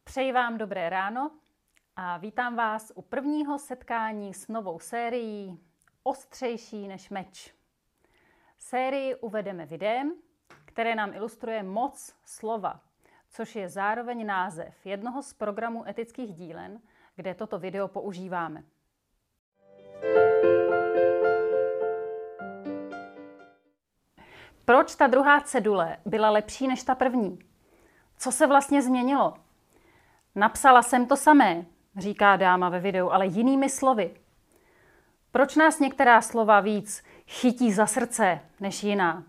Přeji vám dobré ráno a vítám vás u prvního setkání s novou sérií Ostřejší než meč. Sérii uvedeme videem, které nám ilustruje moc slova, což je zároveň název jednoho z programů etických dílen, kde toto video používáme. Proč ta druhá cedule byla lepší než ta první? Co se vlastně změnilo? Napsala jsem to samé, říká dáma ve videu, ale jinými slovy. Proč nás některá slova víc chytí za srdce než jiná?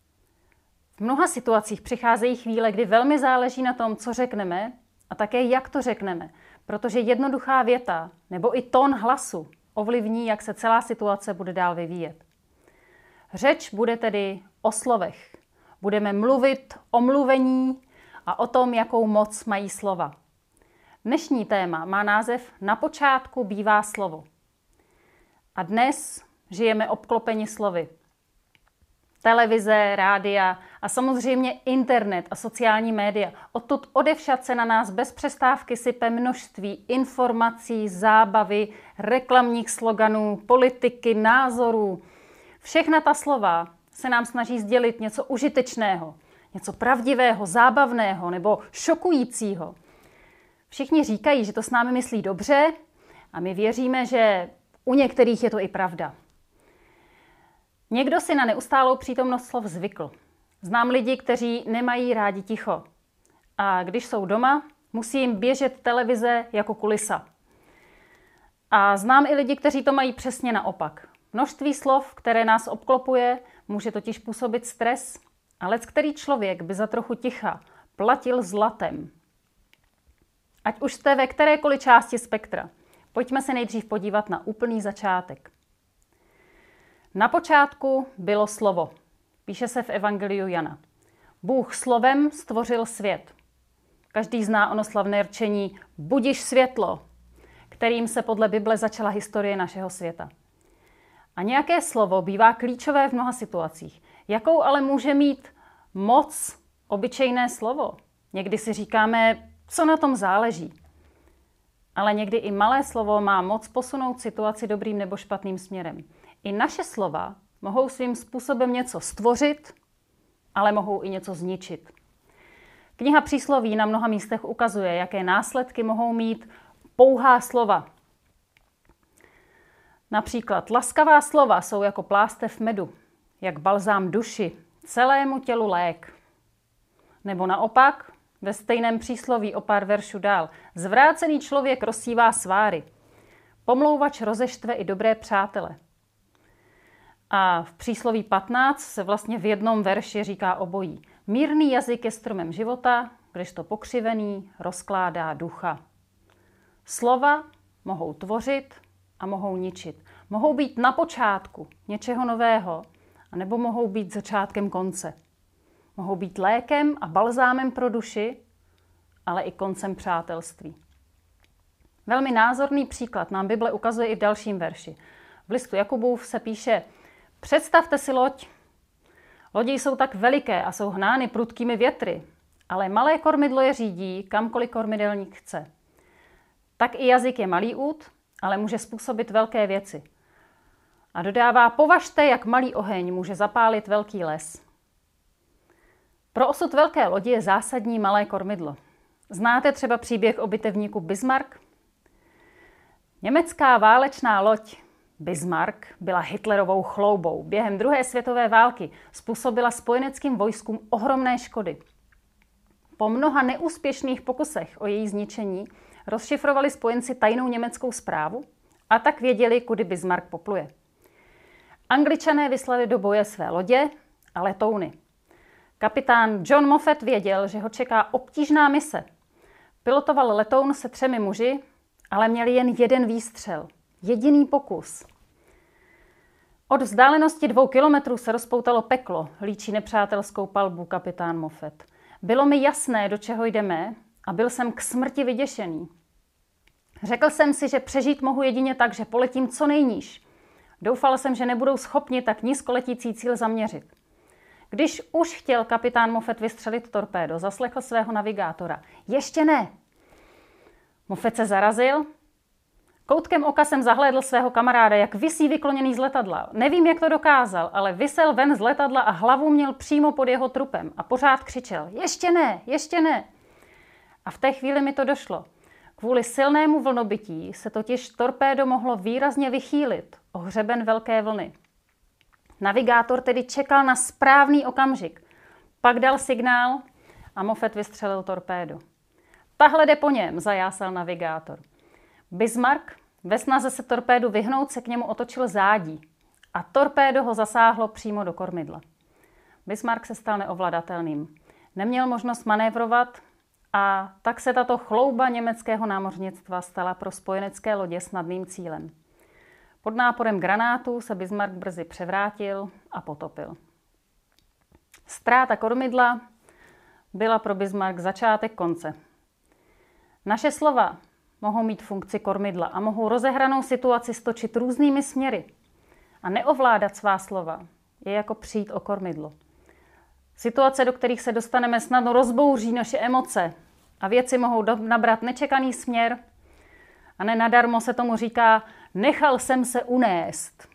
V mnoha situacích přicházejí chvíle, kdy velmi záleží na tom, co řekneme a také jak to řekneme, protože jednoduchá věta nebo i tón hlasu ovlivní, jak se celá situace bude dál vyvíjet. Řeč bude tedy o slovech. Budeme mluvit o mluvení a o tom, jakou moc mají slova. Dnešní téma má název Na počátku bývá slovo. A dnes žijeme obklopeni slovy. Televize, rádia a samozřejmě internet a sociální média. Odtud odevšad se na nás bez přestávky sype množství informací, zábavy, reklamních sloganů, politiky, názorů. Všechna ta slova se nám snaží sdělit něco užitečného, něco pravdivého, zábavného nebo šokujícího. Všichni říkají, že to s námi myslí dobře a my věříme, že u některých je to i pravda. Někdo si na neustálou přítomnost slov zvykl. Znám lidi, kteří nemají rádi ticho. A když jsou doma, musí jim běžet televize jako kulisa. A znám i lidi, kteří to mají přesně naopak. Množství slov, které nás obklopuje, může totiž působit stres, a leckterý člověk by za trochu ticha platil zlatem. Ať už jste ve kterékoliv části spektra, pojďme se nejdřív podívat na úplný začátek. Na počátku bylo slovo. Píše se v Evangeliu Jana. Bůh slovem stvořil svět. Každý zná ono slavné rčení budiš světlo, kterým se podle Bible začala historie našeho světa. A nějaké slovo bývá klíčové v mnoha situacích. Jakou ale může mít moc obyčejné slovo? Někdy si říkáme, co na tom záleží. Ale někdy i malé slovo má moc posunout situaci dobrým nebo špatným směrem. I naše slova mohou svým způsobem něco stvořit, ale mohou i něco zničit. Kniha Přísloví na mnoha místech ukazuje, jaké následky mohou mít pouhá slova. Například laskavá slova jsou jako plástev medu, jak balzám duši, celému tělu lék. Nebo naopak, ve stejném přísloví o pár veršů dál, zvrácený člověk rozsívá sváry. Pomlouvač rozeštve i dobré přátele. A v přísloví 15 se vlastně v jednom verši říká obojí. Mírný jazyk je stromem života, kdežto pokřivený rozkládá ducha. Slova mohou tvořit a mohou ničit. Mohou být na počátku něčeho nového, anebo mohou být začátkem konce. Mohou být lékem a balzámem pro duši, ale i koncem přátelství. Velmi názorný příklad nám Bible ukazuje i v dalším verši. V listu Jakubův se píše: Představte si loď. Lodi jsou tak veliké a jsou hnány prudkými větry, ale malé kormidlo je řídí, kamkoliv kormidelník chce. Tak i jazyk je malý út, ale může způsobit velké věci. A dodává, považte, jak malý oheň může zapálit velký les. Pro osud velké lodi je zásadní malé kormidlo. Znáte třeba příběh o bitevníku Bismarck? Německá válečná loď Bismarck byla Hitlerovou chloubou. Během druhé světové války způsobila spojeneckým vojskům ohromné škody. Po mnoha neúspěšných pokusech o její zničení rozšifrovali spojenci tajnou německou zprávu a tak věděli, kudy Bismarck popluje. Angličané vyslali do boje své lodě a letouny. Kapitán John Moffat věděl, že ho čeká obtížná mise. Pilotoval letoun se 3 muži, ale měli jen jeden výstřel. Jediný pokus. Od vzdálenosti 2 kilometrů se rozpoutalo peklo, líčí nepřátelskou palbu kapitán Moffat. Bylo mi jasné, do čeho jdeme, a byl jsem k smrti vyděšený. Řekl jsem si, že přežít mohu jedině tak, že poletím co nejníž. Doufal jsem, že nebudou schopni tak nízkoletící cíl zaměřit. Když už chtěl kapitán Moffat vystřelit torpédo, zaslechl svého navigátora. Ještě ne. Moffett se zarazil. Koutkem oka jsem zahlédl svého kamaráda, jak visí vykloněný z letadla. Nevím, jak to dokázal, ale visel ven z letadla a hlavu měl přímo pod jeho trupem a pořád křičel: ještě ne, ještě ne. A v té chvíli mi to došlo. Kvůli silnému vlnobytí se totiž torpédo mohlo výrazně vychýlit o hřeben velké vlny. Navigátor tedy čekal na správný okamžik. Pak dal signál a Moffett vystřelil torpédo. Tahle jde po něm, zajásal navigátor. Bismarck ve snaze se torpédu vyhnout se k němu otočil zádí a torpédo ho zasáhlo přímo do kormidla. Bismarck se stal neovladatelným. Neměl možnost manévrovat a tak se tato chlouba německého námořnictva stala pro spojenecké lodě snadným cílem. Pod náporem granátů se Bismarck brzy převrátil a potopil. Ztráta kormidla byla pro Bismarck začátek konce. Naše slova mohou mít funkci kormidla a mohou rozehranou situaci stočit různými směry. A neovládat svá slova je jako přijít o kormidlo. Situace, do kterých se dostaneme, snadno rozbouří naše emoce a věci mohou nabrat nečekaný směr a nenadarmo se tomu říká nechal jsem se unést.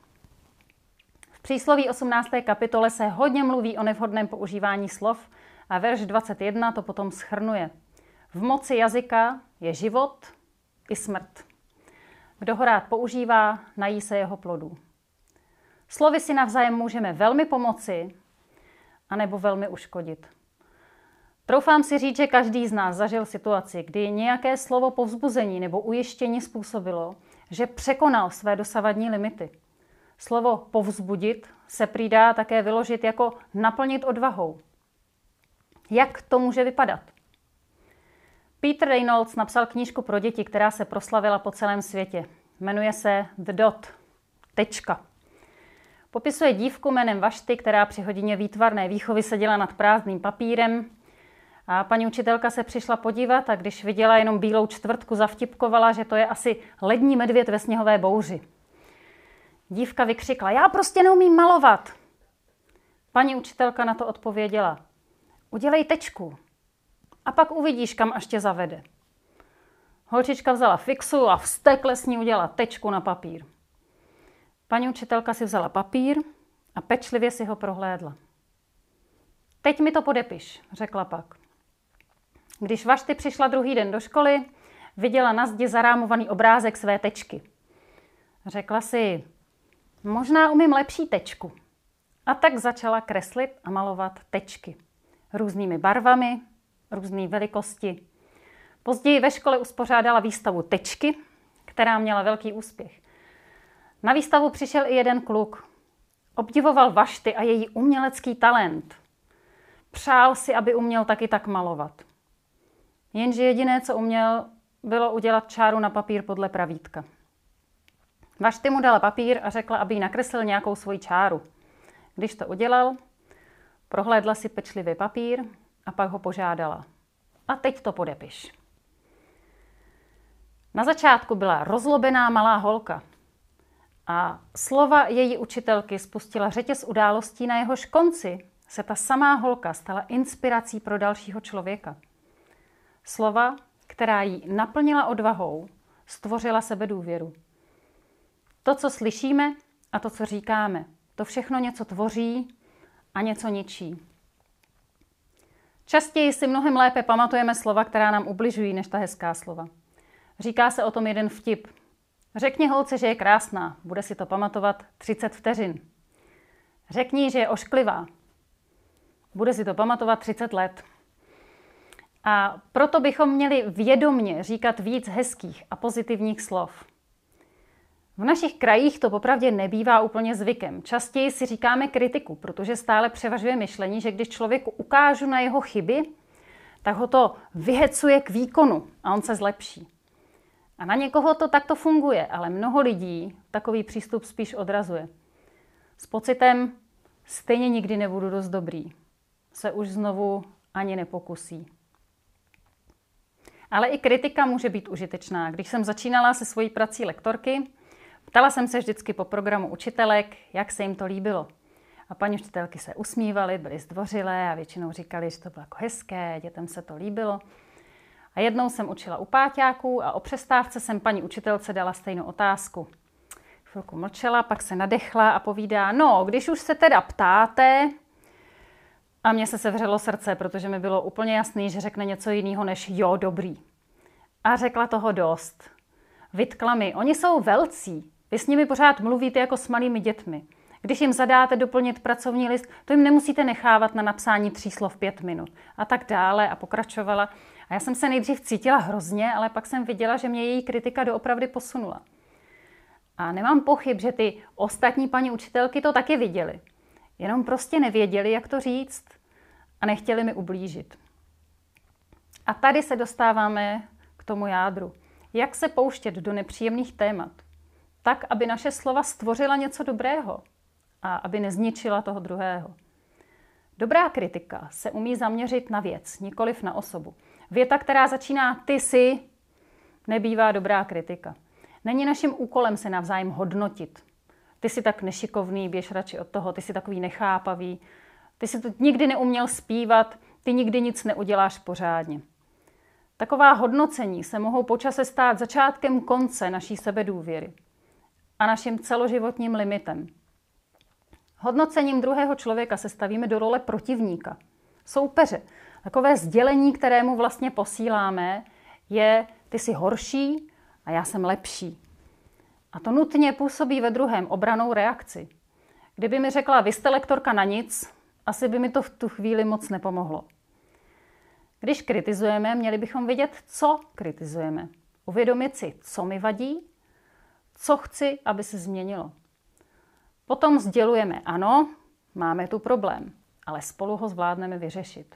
V přísloví 18. kapitole se hodně mluví o nevhodném používání slov a verš 21 to potom shrnuje. V moci jazyka je život i smrt. Kdo ho rád používá, nají se jeho plodů. Slovy si navzájem můžeme velmi pomoci, anebo velmi uškodit. Troufám si říct, že každý z nás zažil situaci, kdy nějaké slovo povzbuzení nebo ujištění způsobilo, že překonal své dosavadní limity. Slovo povzbudit se prý dá také vyložit jako naplnit odvahou. Jak to může vypadat? Peter Reynolds napsal knížku pro děti, která se proslavila po celém světě. Jmenuje se The Dot, tečka. Popisuje dívku jménem Vašty, která při hodině výtvarné výchovy seděla nad prázdným papírem a paní učitelka se přišla podívat a když viděla jenom bílou čtvrtku, zavtipkovala, že to je asi lední medvěd ve sněhové bouři. Dívka vykřikla, já prostě neumím malovat. Paní učitelka na to odpověděla, udělej tečku a pak uvidíš, kam až tě zavede. Holčička vzala fixu a vztekle s ní udělala tečku na papír. Paní učitelka si vzala papír a pečlivě si ho prohlédla. Teď mi to podepiš, řekla pak. Když Vašty přišla druhý den do školy, viděla na zdi zarámovaný obrázek své tečky. Řekla si, možná umím lepší tečku. A tak začala kreslit a malovat tečky. Různými barvami, různé velikosti. Později ve škole uspořádala výstavu tečky, která měla velký úspěch. Na výstavu přišel i jeden kluk. Obdivoval Vašty a její umělecký talent. Přál si, aby uměl taky tak malovat. Jenže jediné, co uměl, bylo udělat čáru na papír podle pravítka. Vašty mu dala papír a řekla, aby jí nakreslil nějakou svoji čáru. Když to udělal, prohlédla si pečlivě papír a pak ho požádala. A teď to podepiš. Na začátku byla rozlobená malá holka a slova její učitelky spustila řetěz událostí, na jehož konci se ta samá holka stala inspirací pro dalšího člověka. Slova, která jí naplnila odvahou, stvořila sebedůvěru. To, co slyšíme a to, co říkáme, to všechno něco tvoří a něco ničí. Častěji si mnohem lépe pamatujeme slova, která nám ubližují, než ta hezká slova. Říká se o tom jeden vtip. Řekni holce, že je krásná, bude si to pamatovat 30 vteřin. Řekni, že je ošklivá, bude si to pamatovat 30 let. A proto bychom měli vědomně říkat víc hezkých a pozitivních slov. V našich krajích to popravdě nebývá úplně zvykem. Častěji si říkáme kritiku, protože stále převažuje myšlení, že když člověku ukážu na jeho chyby, tak ho to vyhecuje k výkonu a on se zlepší. A na někoho to takto funguje, ale mnoho lidí takový přístup spíš odrazuje. S pocitem, stejně nikdy nebudu dost dobrý, se už znovu ani nepokusí. Ale i kritika může být užitečná. Když jsem začínala se svojí prací lektorky, ptala jsem se vždycky po programu učitelek, jak se jim to líbilo. A paní učitelky se usmívaly, byly zdvořilé a většinou říkali, že to bylo jako hezké, dětem se to líbilo. A jednou jsem učila u páťáků a o přestávce jsem paní učitelce dala stejnou otázku. Chvilku mlčela, pak se nadechla a povídá, no, když už se teda ptáte, a mně se sevřelo srdce, protože mi bylo úplně jasný, že řekne něco jiného než jo, dobrý. A řekla toho dost. Vytkla mi, oni jsou velcí, vy s nimi pořád mluvíte jako s malými dětmi. Když jim zadáte doplnit pracovní list, to jim nemusíte nechávat na napsání 3 slov 5 minut. A tak dále a pokračovala. A já jsem se nejdřív cítila hrozně, ale pak jsem viděla, že mě její kritika doopravdy posunula. A nemám pochyb, že ty ostatní paní učitelky to taky viděly. Jenom prostě nevěděli, jak to říct a nechtěli mi ublížit. A tady se dostáváme k tomu jádru. Jak se pouštět do nepříjemných témat, tak, aby naše slova stvořila něco dobrého a aby nezničila toho druhého. Dobrá kritika se umí zaměřit na věc, nikoliv na osobu. Věta, která začíná ty jsi, nebývá dobrá kritika. Není naším úkolem se navzájem hodnotit. Ty jsi tak nešikovný, běž radši od toho, ty jsi takový nechápavý, ty jsi to nikdy neuměl zpívat, ty nikdy nic neuděláš pořádně. Taková hodnocení se mohou po čase stát začátkem konce naší sebedůvěry a naším celoživotním limitem. Hodnocením druhého člověka se stavíme do role protivníka, soupeře. Takové sdělení, kterému vlastně posíláme, je ty jsi horší a já jsem lepší. A to nutně působí ve druhém obrannou reakci. Kdyby mi řekla, vy jste lektorka na nic, asi by mi to v tu chvíli moc nepomohlo. Když kritizujeme, měli bychom vědět, co kritizujeme. Uvědomit si, co mi vadí, co chci, aby se změnilo. Potom sdělujeme, ano, máme tu problém, ale spolu ho zvládneme vyřešit.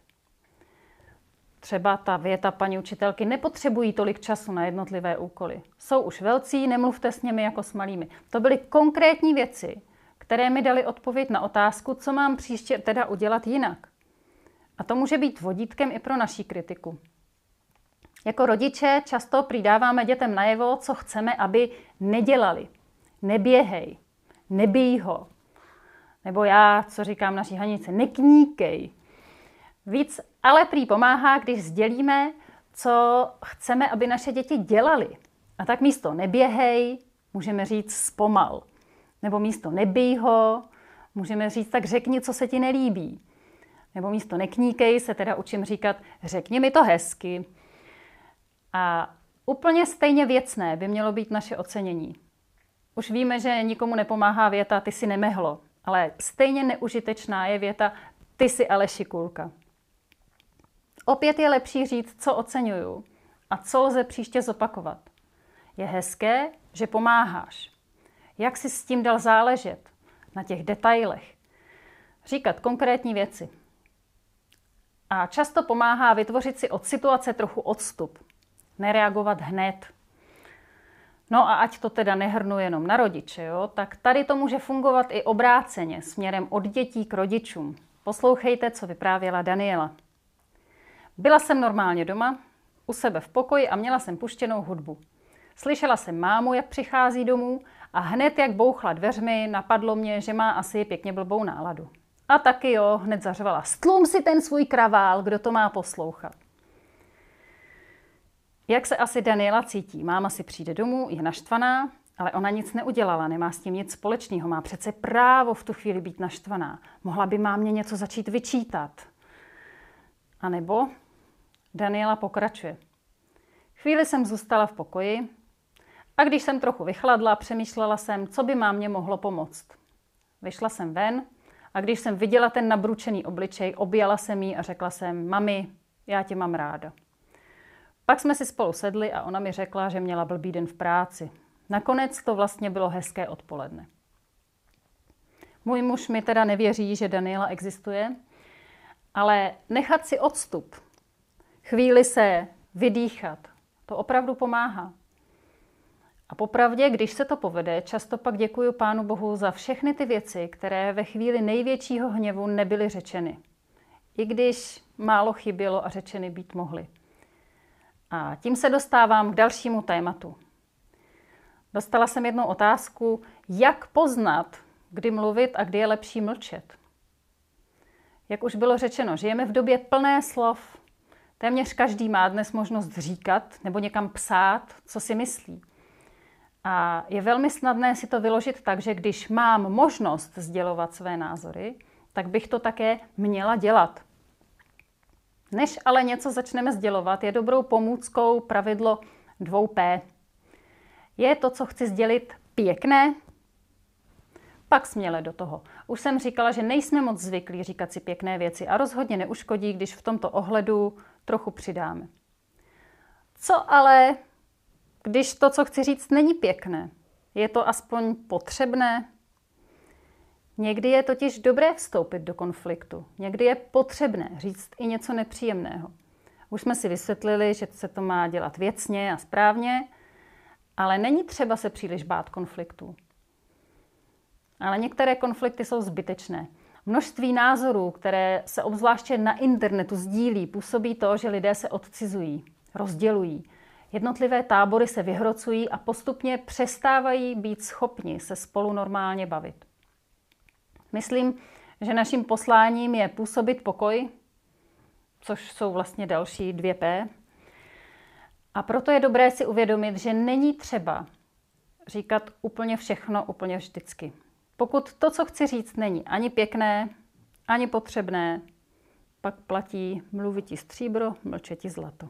Třeba ta věta paní učitelky, nepotřebují tolik času na jednotlivé úkoly. Jsou už velcí, nemluvte s nimi jako s malými. To byly konkrétní věci, které mi daly odpověď na otázku, co mám příště teda udělat jinak. A to může být vodítkem i pro naší kritiku. Jako rodiče často přidáváme dětem najevo, co chceme, aby nedělali. Neběhej, nebij ho. Nebo já, co říkám naší Hanice, nekníkej. Víc ale prý pomáhá, když sdělíme, co chceme, aby naše děti dělali. A tak místo neběhej, můžeme říct zpomal. Nebo místo nebij ho, můžeme říct tak řekni, co se ti nelíbí. Nebo místo nekníkej se teda učím říkat řekni mi to hezky. A úplně stejně věcné by mělo být naše ocenění. Už víme, že nikomu nepomáhá věta ty si nemehlo, ale stejně neužitečná je věta ty si ale šikulka. Opět je lepší říct, co oceňuju a co lze příště zopakovat. Je hezké, že pomáháš. Jak jsi s tím dal záležet na těch detailech. Říkat konkrétní věci. A často pomáhá vytvořit si od situace trochu odstup. Nereagovat hned. No a ať to teda nehrnu jenom na rodiče, jo, tak tady to může fungovat i obráceně, směrem od dětí k rodičům. Poslouchejte, co vyprávěla Daniela. Byla jsem normálně doma, u sebe v pokoji a měla jsem puštěnou hudbu. Slyšela jsem mámu, jak přichází domů a hned, jak bouchla dveřmi, napadlo mě, že má asi pěkně blbou náladu. A taky jo, hned zařvala, stlum si ten svůj kravál, kdo to má poslouchat. Jak se asi Daniela cítí? Máma si přijde domů, je naštvaná, ale ona nic neudělala, nemá s tím nic společného, má přece právo v tu chvíli být naštvaná. Mohla by mámě něco začít vyčítat. A nebo Daniela pokračuje. Chvíli jsem zůstala v pokoji a když jsem trochu vychladla, přemýšlela jsem, co by mámě mohlo pomoct. Vyšla jsem ven a když jsem viděla ten nabručený obličej, objala jsem jí a řekla jsem, mami, já tě mám ráda. Pak jsme si spolu sedli a ona mi řekla, že měla blbý den v práci. Nakonec to vlastně bylo hezké odpoledne. Můj muž mi teda nevěří, že Daniela existuje, ale nechat si odstup, chvíli se vydýchat, to opravdu pomáhá. A popravdě, když se to povede, často pak děkuji Pánu Bohu za všechny ty věci, které ve chvíli největšího hněvu nebyly řečeny. I když málo chybělo a řečeny být mohly. A tím se dostávám k dalšímu tématu. Dostala jsem jednu otázku, jak poznat, kdy mluvit a kdy je lepší mlčet. Jak už bylo řečeno, žijeme v době plné slov. Téměř každý má dnes možnost říkat nebo někam psát, co si myslí. A je velmi snadné si to vyložit tak, že když mám možnost sdělovat své názory, tak bych to také měla dělat. Než ale něco začneme sdělovat, je dobrou pomůckou pravidlo 2P. Je to, co chci sdělit, pěkné? Pak směle do toho. Už jsem říkala, že nejsme moc zvyklí říkat si pěkné věci a rozhodně neuškodí, když v tomto ohledu trochu přidáme. Co ale, když to, co chci říct, není pěkné? Je to aspoň potřebné? Někdy je totiž dobré vstoupit do konfliktu. Někdy je potřebné říct i něco nepříjemného. Už jsme si vysvětlili, že se to má dělat věcně a správně, ale není třeba se příliš bát konfliktů. Ale některé konflikty jsou zbytečné. Množství názorů, které se obzvláště na internetu sdílí, působí to, že lidé se odcizují, rozdělují. Jednotlivé tábory se vyhrocují a postupně přestávají být schopni se spolu normálně bavit. Myslím, že naším posláním je působit pokoj, což jsou vlastně další 2P. A proto je dobré si uvědomit, že není třeba říkat úplně všechno úplně vždycky. Pokud to, co chci říct, není ani pěkné, ani potřebné, pak platí mluviti stříbro, mlčeti zlato.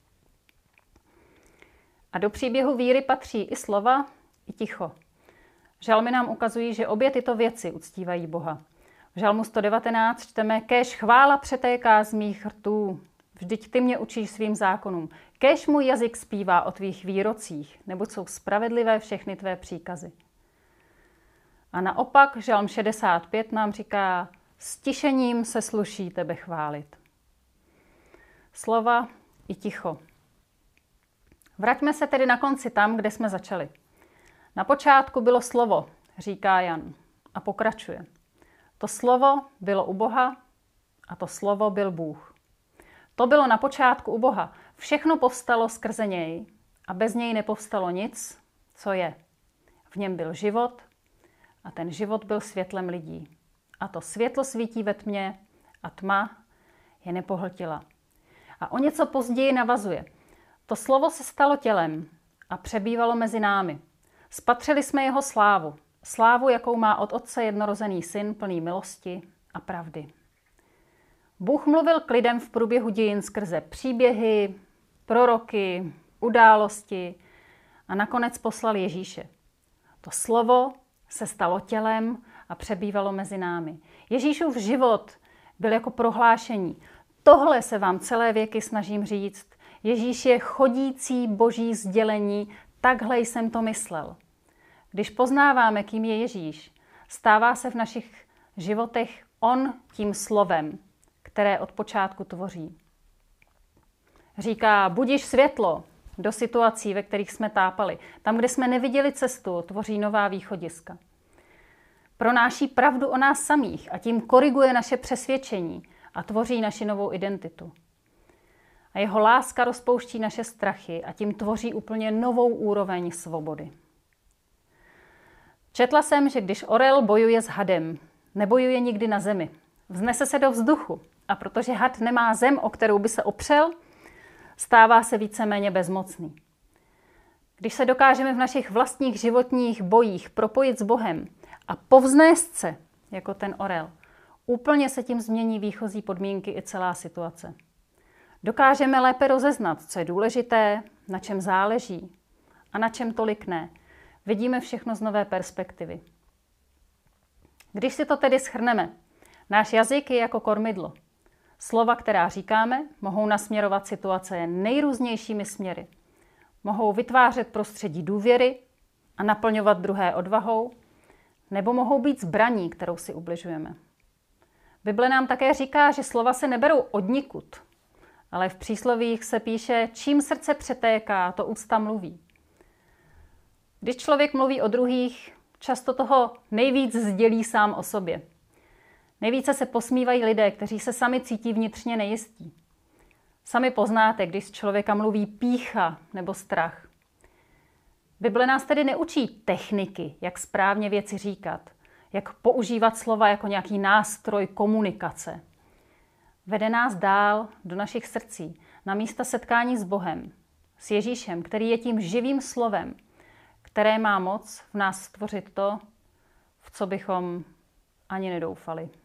A do příběhu víry patří i slova, i ticho. Žalmy nám ukazují, že obě tyto věci uctívají Boha. V Žalmu 119 čteme: Kéž chvála přetéká z mých rtů, vždyť ty mě učíš svým zákonům. Kéž můj jazyk zpívá o tvých výrocích, neboť jsou spravedlivé všechny tvé příkazy. A naopak Žalm 65 nám říká: s tišením se sluší tebe chválit. Slova i ticho. Vraťme se tedy na konci tam, kde jsme začali. Na počátku bylo slovo, říká Jan, a pokračuje. To slovo bylo u Boha a to slovo byl Bůh. To bylo na počátku u Boha. Všechno povstalo skrze něj a bez něj nepovstalo nic, co je. V něm byl život a ten život byl světlem lidí. A to světlo svítí ve tmě a tma je nepohltila. A o něco později navazuje. To slovo se stalo tělem a přebývalo mezi námi. Spatřili jsme jeho slávu. Slávu, jakou má od Otce jednorozený syn, plný milosti a pravdy. Bůh mluvil k lidem v průběhu dějin skrze příběhy, proroky, události a nakonec poslal Ježíše. To slovo se stalo tělem a přebývalo mezi námi. Ježíšův život byl jako prohlášení. Tohle se vám celé věky snažím říct. Ježíš je chodící boží sdělení, takhle jsem to myslel. Když poznáváme, kým je Ježíš, stává se v našich životech on tím slovem, které od počátku tvoří. Říká, budiš světlo do situací, ve kterých jsme tápali. Tam, kde jsme neviděli cestu, tvoří nová východiska. Pronáší pravdu o nás samých a tím koriguje naše přesvědčení a tvoří naši novou identitu. A jeho láska rozpouští naše strachy a tím tvoří úplně novou úroveň svobody. Četla jsem, že když orel bojuje s hadem, nebojuje nikdy na zemi. Vznese se do vzduchu a protože had nemá zem, o kterou by se opřel, stává se víceméně bezmocný. Když se dokážeme v našich vlastních životních bojích propojit s Bohem a povznést se, jako ten orel, úplně se tím změní výchozí podmínky i celá situace. Dokážeme lépe rozeznat, co je důležité, na čem záleží a na čem tolik ne. Vidíme všechno z nové perspektivy. Když si to tedy shrneme, náš jazyk je jako kormidlo. Slova, která říkáme, mohou nasměrovat situace nejrůznějšími směry. Mohou vytvářet prostředí důvěry a naplňovat druhé odvahou, nebo mohou být zbraní, kterou si ubližujeme. Bible nám také říká, že slova se neberou odnikud, ale v příslovích se píše, čím srdce přetéká, to ústa mluví. Když člověk mluví o druhých, často toho nejvíc sdělí sám o sobě. Nejvíce se posmívají lidé, kteří se sami cítí vnitřně nejistí. Sami poznáte, když z člověka mluví pýcha nebo strach. Bible nás tedy neučí techniky, jak správně věci říkat, jak používat slova jako nějaký nástroj komunikace. Vede nás dál do našich srdcí. na místa setkání s Bohem, s Ježíšem, který je tím živým slovem, které má moc v nás stvořit to, v co bychom ani nedoufali.